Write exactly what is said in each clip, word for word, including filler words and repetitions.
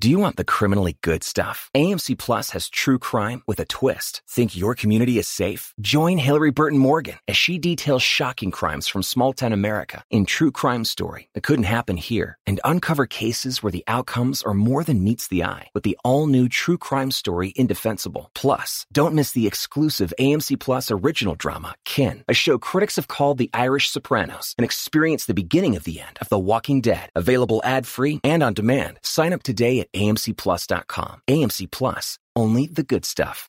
Do you want the criminally good stuff? A M C Plus has true crime with a twist. Think your community is safe? Join Hillary Burton Morgan as she details shocking crimes from small town America in True Crime Story that couldn't happen here, and uncover cases where the outcomes are more than meets the eye with the all-new True Crime Story Indefensible. Plus, don't miss the exclusive A M C Plus original drama, Kin, a show critics have called the Irish Sopranos, and experience the beginning of the end of The Walking Dead. Available ad-free and on demand. Sign up today at A M C plus dot com. A M C Plus, only the good stuff.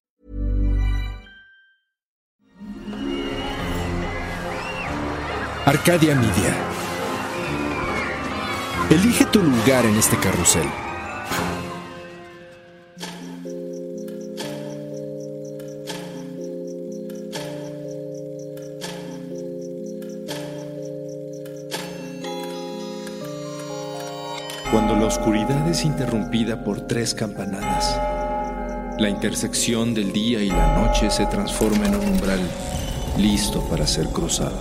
Arcadia Media. Elige tu lugar en este carrusel. Cuando la oscuridad es interrumpida por tres campanadas, la intersección del día y la noche se transforma en un umbral listo para ser cruzado.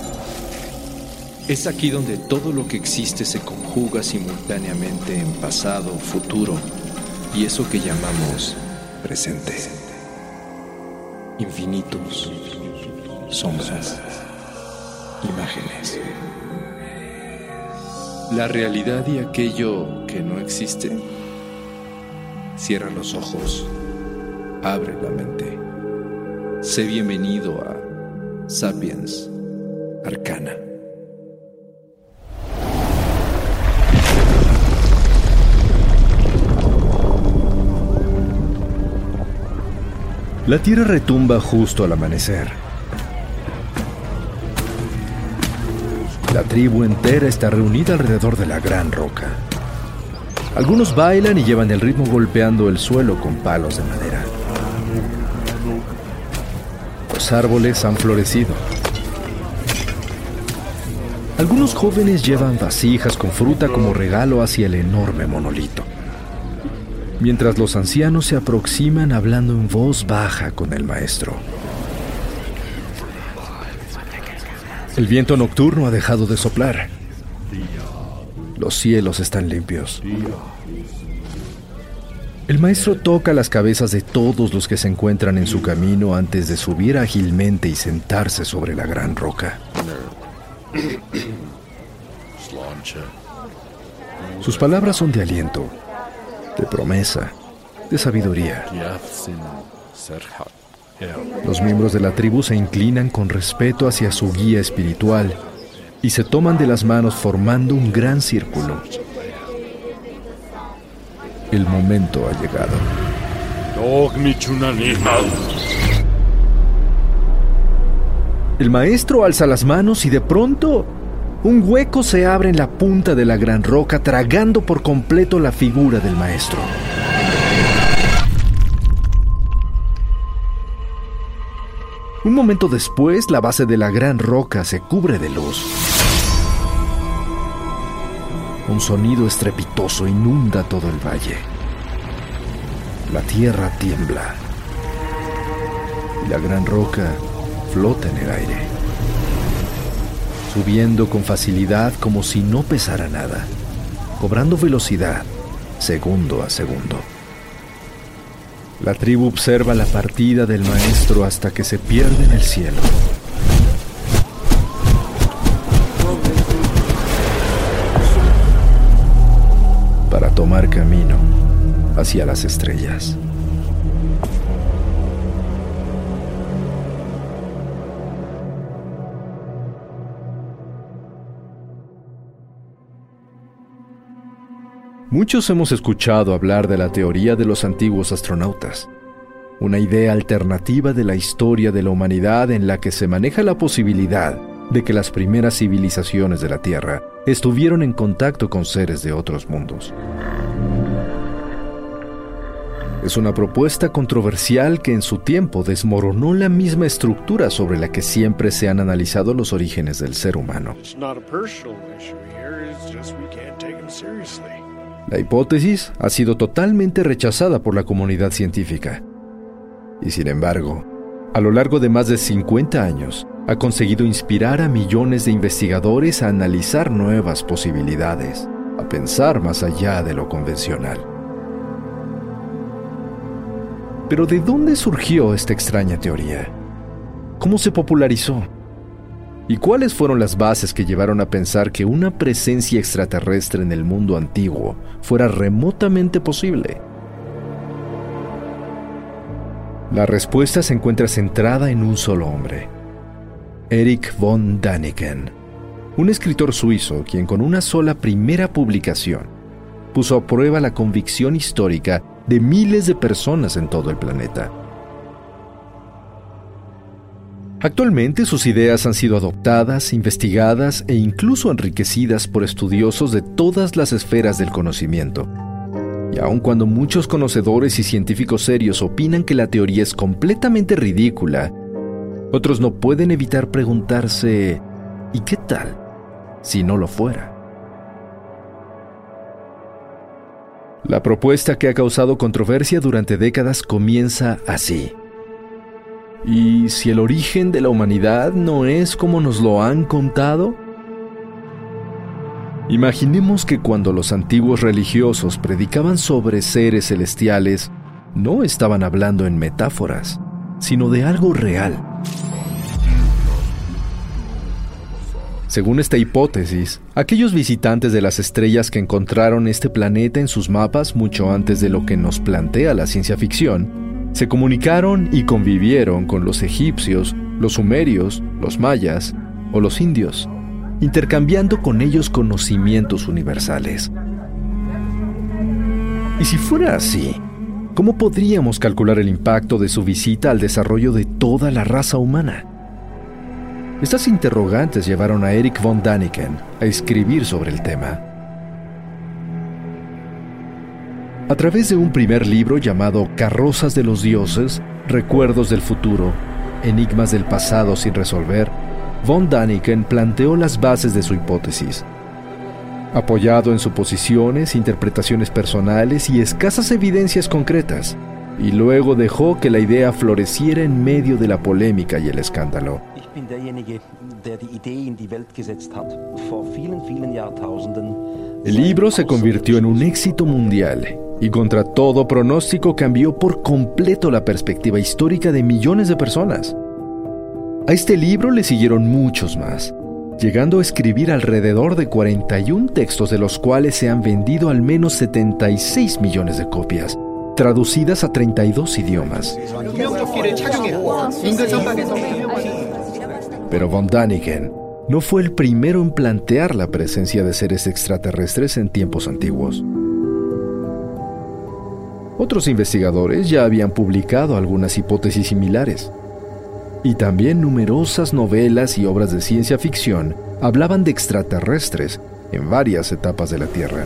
Es aquí donde todo lo que existe se conjuga simultáneamente en pasado, futuro y eso que llamamos presente. Infinitos, sombras, imágenes. La realidad y aquello que no existe. Cierra los ojos, abre la mente. Sé bienvenido a Sapiens Arcana. La tierra retumba justo al amanecer. La tribu entera está reunida alrededor de la gran roca. Algunos bailan y llevan el ritmo golpeando el suelo con palos de madera. Los árboles han florecido. Algunos jóvenes llevan vasijas con fruta como regalo hacia el enorme monolito, mientras los ancianos se aproximan hablando en voz baja con el maestro. El viento nocturno ha dejado de soplar. Los cielos están limpios. El maestro toca las cabezas de todos los que se encuentran en su camino antes de subir ágilmente y sentarse sobre la gran roca. Sus palabras son de aliento, de promesa, de sabiduría. Los miembros de la tribu se inclinan con respeto hacia su guía espiritual y se toman de las manos formando un gran círculo. El momento ha llegado. El maestro alza las manos y de pronto un hueco se abre en la punta de la gran roca, tragando por completo la figura del maestro. Un momento después, la base de la gran roca se cubre de luz. Un sonido estrepitoso inunda todo el valle. La tierra tiembla y la gran roca flota en el aire, subiendo con facilidad como si no pesara nada, cobrando velocidad segundo a segundo. La tribu observa la partida del maestro hasta que se pierde en el cielo. Para tomar camino hacia las estrellas. Muchos hemos escuchado hablar de la teoría de los antiguos astronautas, una idea alternativa de la historia de la humanidad en la que se maneja la posibilidad de que las primeras civilizaciones de la Tierra estuvieron en contacto con seres de otros mundos. Es una propuesta controversial que en su tiempo desmoronó la misma estructura sobre la que siempre se han analizado los orígenes del ser humano. La hipótesis ha sido totalmente rechazada por la comunidad científica. Y sin embargo, a lo largo de más de cincuenta años, ha conseguido inspirar a millones de investigadores a analizar nuevas posibilidades, a pensar más allá de lo convencional. Pero ¿de dónde surgió esta extraña teoría? ¿Cómo se popularizó? ¿Y cuáles fueron las bases que llevaron a pensar que una presencia extraterrestre en el mundo antiguo fuera remotamente posible? La respuesta se encuentra centrada en un solo hombre, Erich von Däniken, un escritor suizo quien con una sola primera publicación puso a prueba la convicción histórica de miles de personas en todo el planeta. Actualmente sus ideas han sido adoptadas, investigadas e incluso enriquecidas por estudiosos de todas las esferas del conocimiento. Y aun cuando muchos conocedores y científicos serios opinan que la teoría es completamente ridícula, otros no pueden evitar preguntarse, ¿y qué tal si no lo fuera? La propuesta que ha causado controversia durante décadas comienza así. ¿Y si el origen de la humanidad no es como nos lo han contado? Imaginemos que cuando los antiguos religiosos predicaban sobre seres celestiales, no estaban hablando en metáforas, sino de algo real. Según esta hipótesis, aquellos visitantes de las estrellas que encontraron este planeta en sus mapas mucho antes de lo que nos plantea la ciencia ficción, se comunicaron y convivieron con los egipcios, los sumerios, los mayas o los indios, intercambiando con ellos conocimientos universales. Y si fuera así, ¿cómo podríamos calcular el impacto de su visita al desarrollo de toda la raza humana? Estas interrogantes llevaron a Erich von Däniken a escribir sobre el tema. A través de un primer libro llamado Carrozas de los Dioses, Recuerdos del Futuro, Enigmas del Pasado sin resolver, von Däniken planteó las bases de su hipótesis. Apoyado en suposiciones, interpretaciones personales y escasas evidencias concretas, y luego dejó que la idea floreciera en medio de la polémica y el escándalo. El libro se convirtió en un éxito mundial y contra todo pronóstico cambió por completo la perspectiva histórica de millones de personas. A este libro le siguieron muchos más, llegando a escribir alrededor de cuarenta y un textos, de los cuales se han vendido al menos setenta y seis millones de copias, traducidas a treinta y dos idiomas. Pero von Däniken no fue el primero en plantear la presencia de seres extraterrestres en tiempos antiguos. Otros investigadores ya habían publicado algunas hipótesis similares. Y también numerosas novelas y obras de ciencia ficción hablaban de extraterrestres en varias etapas de la Tierra.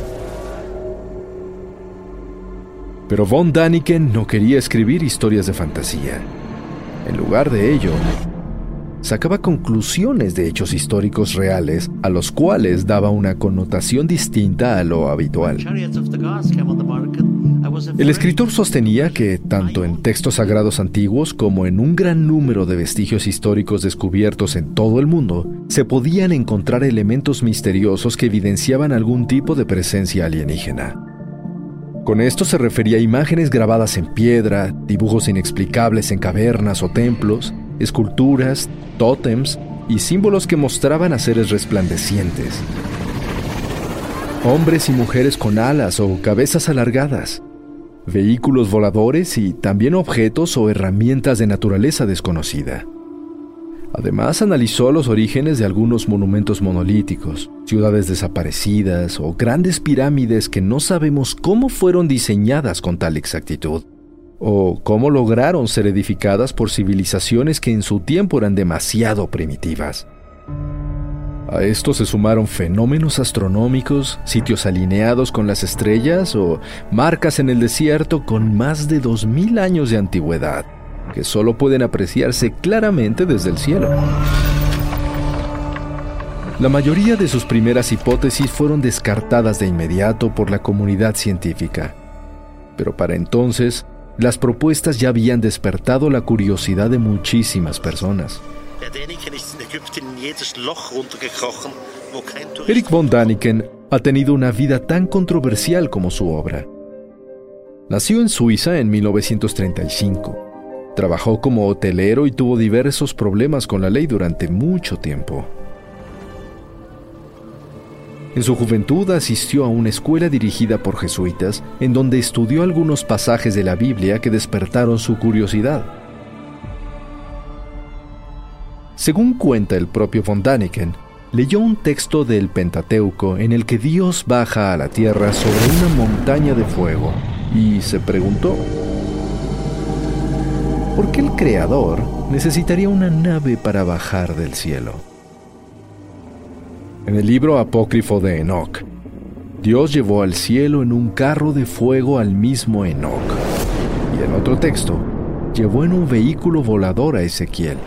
Pero von Däniken no quería escribir historias de fantasía. En lugar de ello, sacaba conclusiones de hechos históricos reales a los cuales daba una connotación distinta a lo habitual. El escritor sostenía que, tanto en textos sagrados antiguos como en un gran número de vestigios históricos descubiertos en todo el mundo, se podían encontrar elementos misteriosos que evidenciaban algún tipo de presencia alienígena. Con esto se refería a imágenes grabadas en piedra, dibujos inexplicables en cavernas o templos, esculturas, tótems y símbolos que mostraban a seres resplandecientes. Hombres y mujeres con alas o cabezas alargadas, vehículos voladores y también objetos o herramientas de naturaleza desconocida. Además, analizó los orígenes de algunos monumentos monolíticos, ciudades desaparecidas o grandes pirámides que no sabemos cómo fueron diseñadas con tal exactitud, o cómo lograron ser edificadas por civilizaciones que en su tiempo eran demasiado primitivas. A esto se sumaron fenómenos astronómicos, sitios alineados con las estrellas o marcas en el desierto con más de dos mil años de antigüedad, que solo pueden apreciarse claramente desde el cielo. La mayoría de sus primeras hipótesis fueron descartadas de inmediato por la comunidad científica, pero para entonces, las propuestas ya habían despertado la curiosidad de muchísimas personas. Erich von Däniken ha tenido una vida tan controversial como su obra. Nació en Suiza en mil novecientos treinta y cinco. Trabajó como hotelero y tuvo diversos problemas con la ley durante mucho tiempo. En su juventud asistió a una escuela dirigida por jesuitas, en donde estudió algunos pasajes de la Biblia que despertaron su curiosidad. Según cuenta el propio von Däniken, leyó un texto del Pentateuco en el que Dios baja a la tierra sobre una montaña de fuego y se preguntó: ¿por qué el Creador necesitaría una nave para bajar del cielo? En el libro apócrifo de Enoc, Dios llevó al cielo en un carro de fuego al mismo Enoc, y en otro texto, llevó en un vehículo volador a Ezequiel.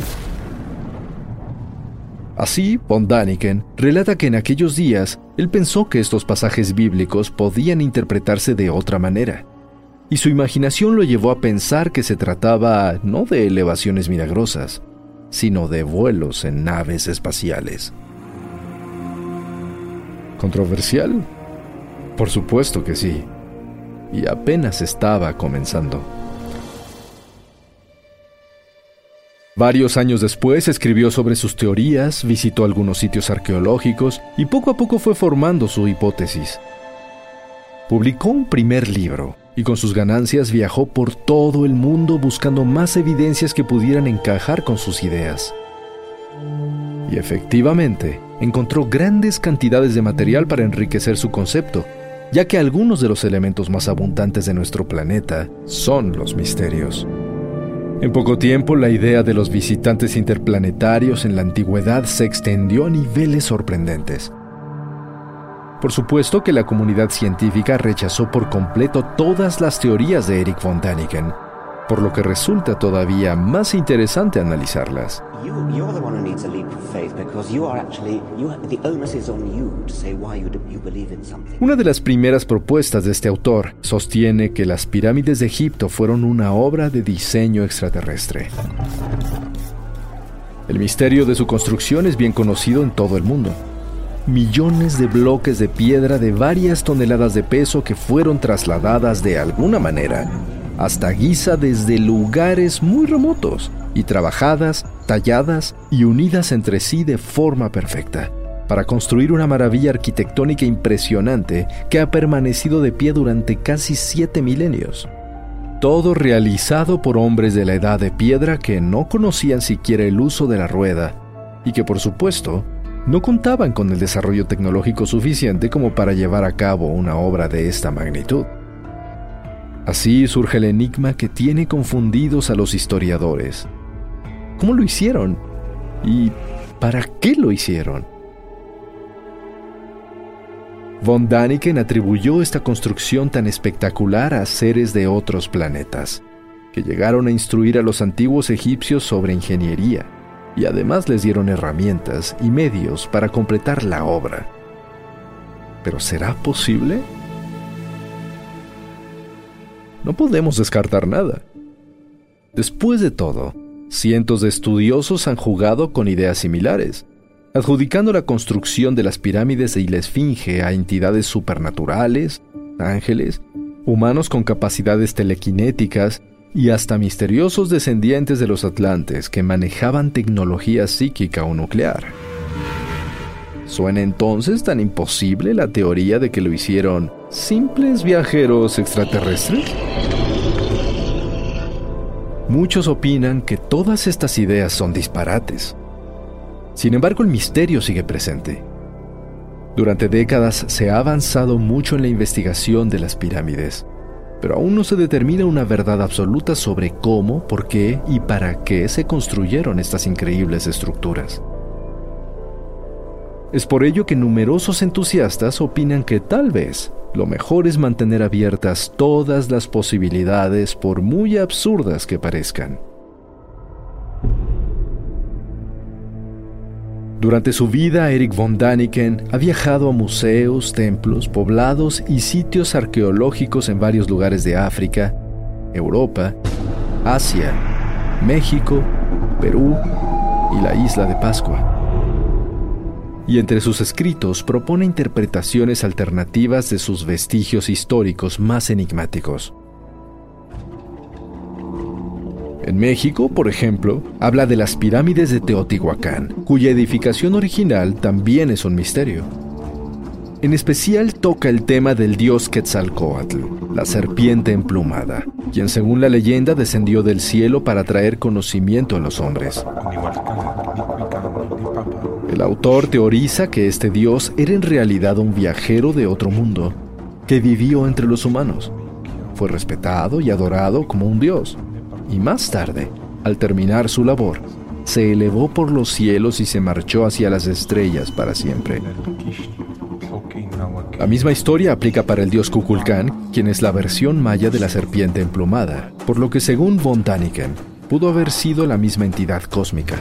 Así, von Däniken relata que en aquellos días él pensó que estos pasajes bíblicos podían interpretarse de otra manera, y su imaginación lo llevó a pensar que se trataba no de elevaciones milagrosas, sino de vuelos en naves espaciales. ¿Controversial? Por supuesto que sí, y apenas estaba comenzando. Varios años después escribió sobre sus teorías, visitó algunos sitios arqueológicos y poco a poco fue formando su hipótesis. Publicó un primer libro y con sus ganancias viajó por todo el mundo buscando más evidencias que pudieran encajar con sus ideas. Y efectivamente, encontró grandes cantidades de material para enriquecer su concepto, ya que algunos de los elementos más abundantes de nuestro planeta son los misterios. En poco tiempo, la idea de los visitantes interplanetarios en la antigüedad se extendió a niveles sorprendentes. Por supuesto que la comunidad científica rechazó por completo todas las teorías de Erich von Däniken, por lo que resulta todavía más interesante analizarlas. Una de las primeras propuestas de este autor sostiene que las pirámides de Egipto fueron una obra de diseño extraterrestre. El misterio de su construcción es bien conocido en todo el mundo. Millones de bloques de piedra de varias toneladas de peso que fueron trasladadas de alguna manera hasta Giza desde lugares muy remotos y trabajadas, talladas y unidas entre sí de forma perfecta, para construir una maravilla arquitectónica impresionante que ha permanecido de pie durante casi siete milenios. Todo realizado por hombres de la edad de piedra que no conocían siquiera el uso de la rueda y que, por supuesto, no contaban con el desarrollo tecnológico suficiente como para llevar a cabo una obra de esta magnitud. Así surge el enigma que tiene confundidos a los historiadores. ¿Cómo lo hicieron? ¿Y para qué lo hicieron? Von Däniken atribuyó esta construcción tan espectacular a seres de otros planetas, que llegaron a instruir a los antiguos egipcios sobre ingeniería, y además les dieron herramientas y medios para completar la obra. ¿Pero será posible? No podemos descartar nada. Después de todo, cientos de estudiosos han jugado con ideas similares, adjudicando la construcción de las pirámides y la esfinge a entidades supernaturales, ángeles, humanos con capacidades telequinéticas y hasta misteriosos descendientes de los atlantes que manejaban tecnología psíquica o nuclear. ¿Suena entonces tan imposible la teoría de que lo hicieron simples viajeros extraterrestres? Muchos opinan que todas estas ideas son disparates. Sin embargo, el misterio sigue presente. Durante décadas se ha avanzado mucho en la investigación de las pirámides, pero aún no se determina una verdad absoluta sobre cómo, por qué y para qué se construyeron estas increíbles estructuras. Es por ello que numerosos entusiastas opinan que tal vez lo mejor es mantener abiertas todas las posibilidades, por muy absurdas que parezcan. Durante su vida, Erich von Däniken ha viajado a museos, templos, poblados y sitios arqueológicos en varios lugares de África, Europa, Asia, México, Perú y la isla de Pascua. y entre sus escritos propone interpretaciones alternativas de sus vestigios históricos más enigmáticos. En México, por ejemplo, habla de las pirámides de Teotihuacán, cuya edificación original también es un misterio. En especial toca el tema del dios Quetzalcóatl, la serpiente emplumada, quien según la leyenda descendió del cielo para traer conocimiento a los hombres. El autor teoriza que este dios era en realidad un viajero de otro mundo, que vivió entre los humanos. Fue respetado y adorado como un dios, y más tarde, al terminar su labor, se elevó por los cielos y se marchó hacia las estrellas para siempre. La misma historia aplica para el dios Kukulcán, quien es la versión maya de la serpiente emplumada, por lo que según von Däniken, pudo haber sido la misma entidad cósmica.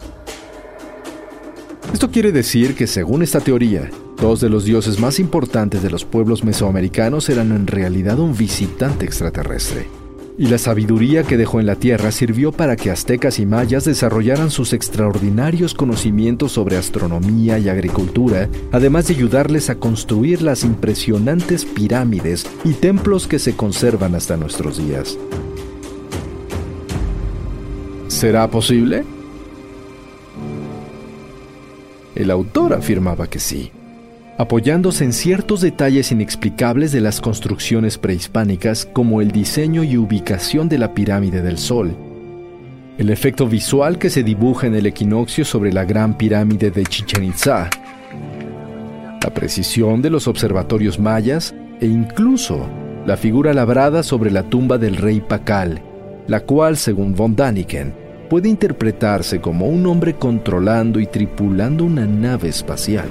Esto quiere decir que, según esta teoría, dos de los dioses más importantes de los pueblos mesoamericanos eran en realidad un visitante extraterrestre. Y la sabiduría que dejó en la Tierra sirvió para que aztecas y mayas desarrollaran sus extraordinarios conocimientos sobre astronomía y agricultura, además de ayudarles a construir las impresionantes pirámides y templos que se conservan hasta nuestros días. ¿Será posible? El autor afirmaba que sí, apoyándose en ciertos detalles inexplicables de las construcciones prehispánicas, como el diseño y ubicación de la pirámide del Sol, el efecto visual que se dibuja en el equinoccio sobre la gran pirámide de Chichén Itzá, la precisión de los observatorios mayas e incluso la figura labrada sobre la tumba del rey Pacal, la cual, según von Däniken, puede interpretarse como un hombre controlando y tripulando una nave espacial.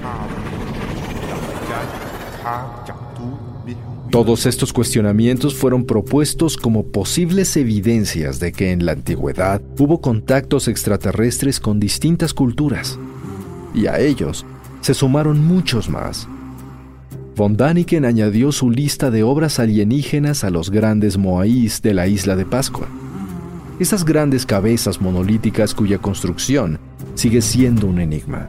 Todos estos cuestionamientos fueron propuestos como posibles evidencias de que en la antigüedad hubo contactos extraterrestres con distintas culturas, y a ellos se sumaron muchos más. Von Däniken añadió su lista de obras alienígenas a los grandes moáis de la isla de Pascua, esas grandes cabezas monolíticas cuya construcción sigue siendo un enigma.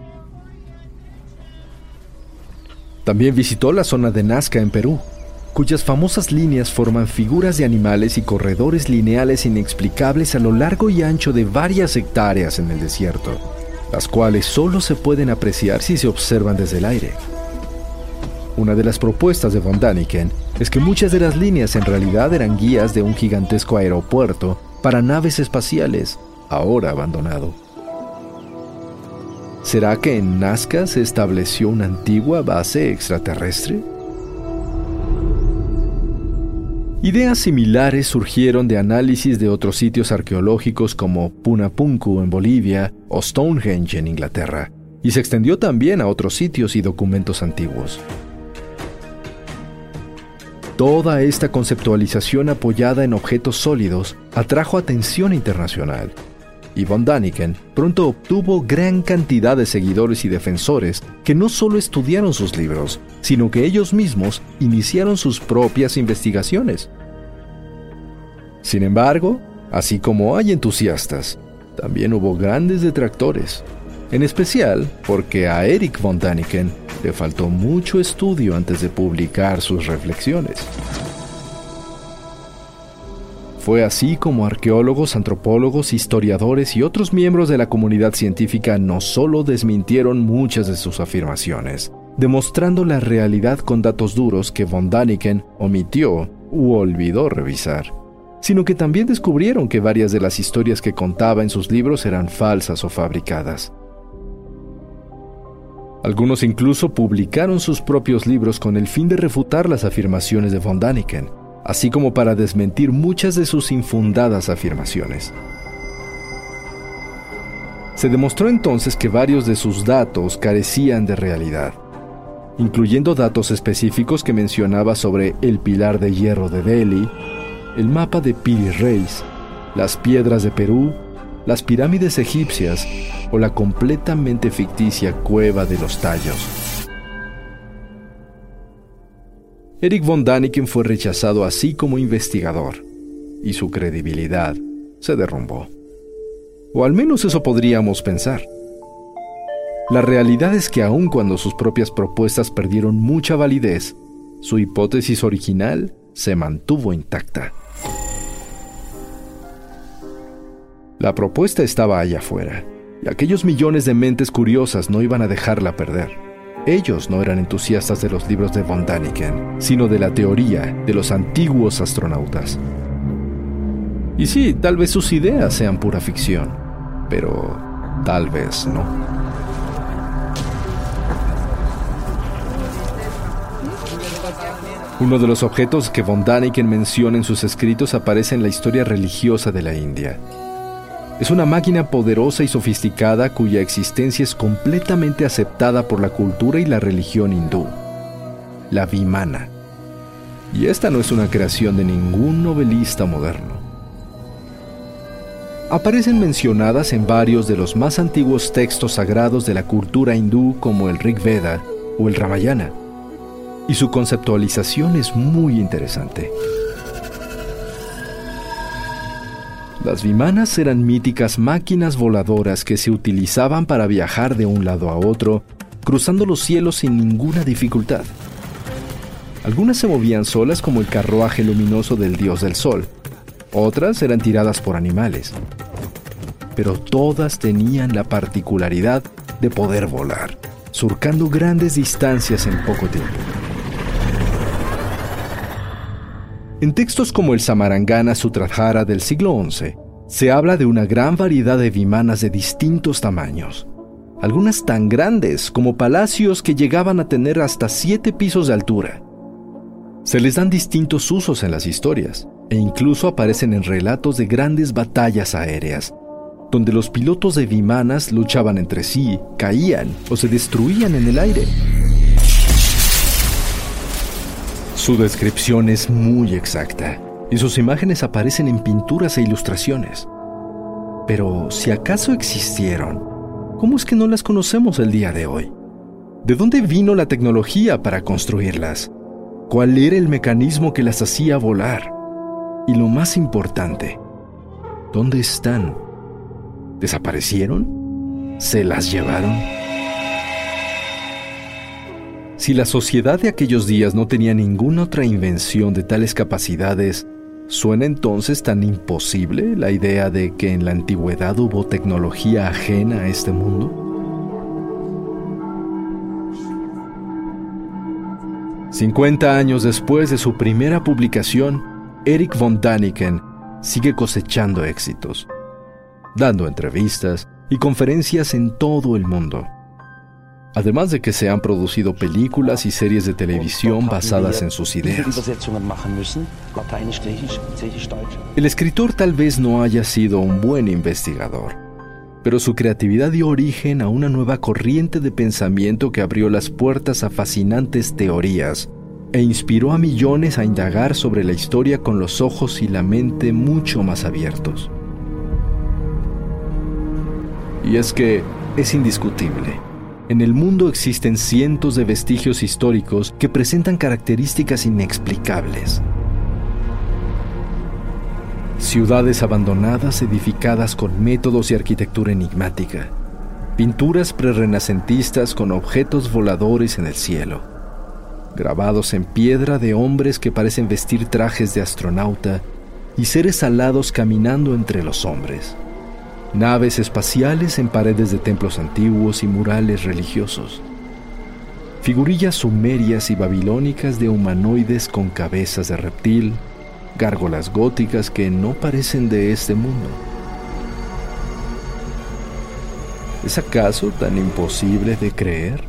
También visitó la zona de Nazca en Perú, cuyas famosas líneas forman figuras de animales y corredores lineales inexplicables a lo largo y ancho de varias hectáreas en el desierto, las cuales solo se pueden apreciar si se observan desde el aire. Una de las propuestas de von Däniken es que muchas de las líneas en realidad eran guías de un gigantesco aeropuerto para naves espaciales, ahora abandonado. ¿Será que en Nazca se estableció una antigua base extraterrestre? Ideas similares surgieron de análisis de otros sitios arqueológicos como Punapunku en Bolivia o Stonehenge en Inglaterra, y se extendió también a otros sitios y documentos antiguos. Toda esta conceptualización apoyada en objetos sólidos atrajo atención internacional, y von Däniken pronto obtuvo gran cantidad de seguidores y defensores que no solo estudiaron sus libros, sino que ellos mismos iniciaron sus propias investigaciones. Sin embargo, así como hay entusiastas, también hubo grandes detractores, en especial porque a Erich von Däniken le faltó mucho estudio antes de publicar sus reflexiones. Fue así como arqueólogos, antropólogos, historiadores y otros miembros de la comunidad científica no solo desmintieron muchas de sus afirmaciones, demostrando la realidad con datos duros que von Däniken omitió u olvidó revisar, sino que también descubrieron que varias de las historias que contaba en sus libros eran falsas o fabricadas. Algunos incluso publicaron sus propios libros con el fin de refutar las afirmaciones de von Däniken, así como para desmentir muchas de sus infundadas afirmaciones. Se demostró entonces que varios de sus datos carecían de realidad, incluyendo datos específicos que mencionaba sobre el pilar de hierro de Delhi, el mapa de Piri Reis, las piedras de Perú, las pirámides egipcias o la completamente ficticia cueva de los Tallos. Erich von Däniken fue rechazado así como investigador, y su credibilidad se derrumbó. O al menos eso podríamos pensar. La realidad es que aun cuando sus propias propuestas perdieron mucha validez, su hipótesis original se mantuvo intacta. La propuesta estaba allá afuera, y aquellos millones de mentes curiosas no iban a dejarla perder. Ellos no eran entusiastas de los libros de von Däniken, sino de la teoría de los antiguos astronautas. Y sí, tal vez sus ideas sean pura ficción, pero tal vez no. Uno de los objetos que von Däniken menciona en sus escritos aparece en la historia religiosa de la India. Es una máquina poderosa y sofisticada cuya existencia es completamente aceptada por la cultura y la religión hindú, la Vimana. Y esta no es una creación de ningún novelista moderno. Aparecen mencionadas en varios de los más antiguos textos sagrados de la cultura hindú como el Rig Veda o el Ramayana, y su conceptualización es muy interesante. Las vimanas eran míticas máquinas voladoras que se utilizaban para viajar de un lado a otro, cruzando los cielos sin ninguna dificultad. Algunas se movían solas como el carruaje luminoso del dios del sol, otras eran tiradas por animales, pero todas tenían la particularidad de poder volar, surcando grandes distancias en poco tiempo. En textos como el Samarangana Sutradhara del siglo once, se habla de una gran variedad de vimanas de distintos tamaños, algunas tan grandes como palacios que llegaban a tener hasta siete pisos de altura. Se les dan distintos usos en las historias, e incluso aparecen en relatos de grandes batallas aéreas, donde los pilotos de vimanas luchaban entre sí, caían o se destruían en el aire. Su descripción es muy exacta, y sus imágenes aparecen en pinturas e ilustraciones. Pero, si acaso existieron, ¿cómo es que no las conocemos el día de hoy? ¿De dónde vino la tecnología para construirlas? ¿Cuál era el mecanismo que las hacía volar? Y lo más importante, ¿dónde están? ¿Desaparecieron? ¿Se las llevaron? Si la sociedad de aquellos días no tenía ninguna otra invención de tales capacidades, ¿suena entonces tan imposible la idea de que en la antigüedad hubo tecnología ajena a este mundo? cincuenta años después de su primera publicación, Erich von Däniken sigue cosechando éxitos, dando entrevistas y conferencias en todo el mundo. Además de que se han producido películas y series de televisión basadas en sus ideas. El escritor tal vez no haya sido un buen investigador, pero su creatividad dio origen a una nueva corriente de pensamiento que abrió las puertas a fascinantes teorías e inspiró a millones a indagar sobre la historia con los ojos y la mente mucho más abiertos. Y es que es indiscutible. En el mundo existen cientos de vestigios históricos que presentan características inexplicables. Ciudades abandonadas edificadas con métodos y arquitectura enigmática. Pinturas prerrenacentistas con objetos voladores en el cielo. Grabados en piedra de hombres que parecen vestir trajes de astronauta y seres alados caminando entre los hombres. Naves espaciales en paredes de templos antiguos y murales religiosos. Figurillas sumerias y babilónicas de humanoides con cabezas de reptil, gárgolas góticas que no parecen de este mundo. ¿Es acaso tan imposible de creer?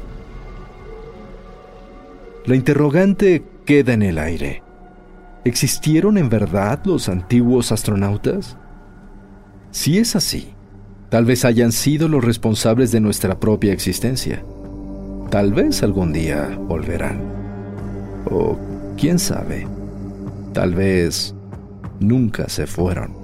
La interrogante queda en el aire. ¿Existieron en verdad los antiguos astronautas? Si es así, tal vez hayan sido los responsables de nuestra propia existencia. Tal vez algún día volverán. O, quién sabe, tal vez nunca se fueron.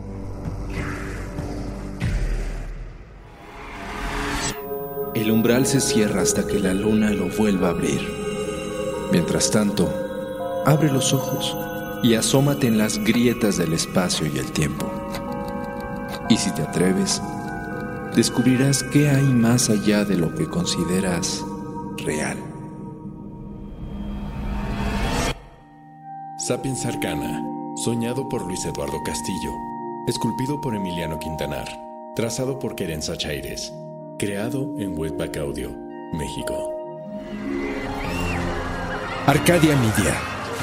El umbral se cierra hasta que la luna lo vuelva a abrir. Mientras tanto, abre los ojos y asómate en las grietas del espacio y el tiempo. Y si te atreves, descubrirás qué hay más allá de lo que consideras real. Sapiens Arcana, soñado por Luis Eduardo Castillo, esculpido por Emiliano Quintanar, trazado por Querenza Chaires, creado en Webback Audio, México. Arcadia Media.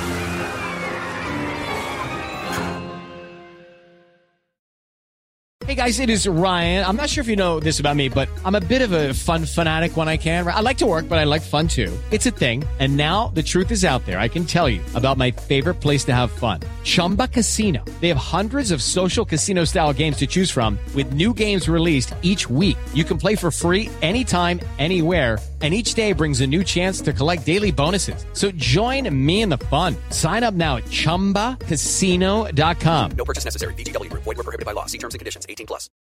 Hey guys, it is Ryan. I'm not sure if you know this about me, but I'm a bit of a fun fanatic when I can. I like to work, but I like fun too. It's a thing. And now the truth is out there. I can tell you about my favorite place to have fun. Chumba Casino. They have hundreds of social casino style games to choose from with new games released each week. You can play for free anytime, anywhere. And each day brings a new chance to collect daily bonuses. So join me in the fun. Sign up now at chumba casino dot com. No purchase necessary. V G W Group. Void where prohibited by law. See terms and conditions. eighteen plus.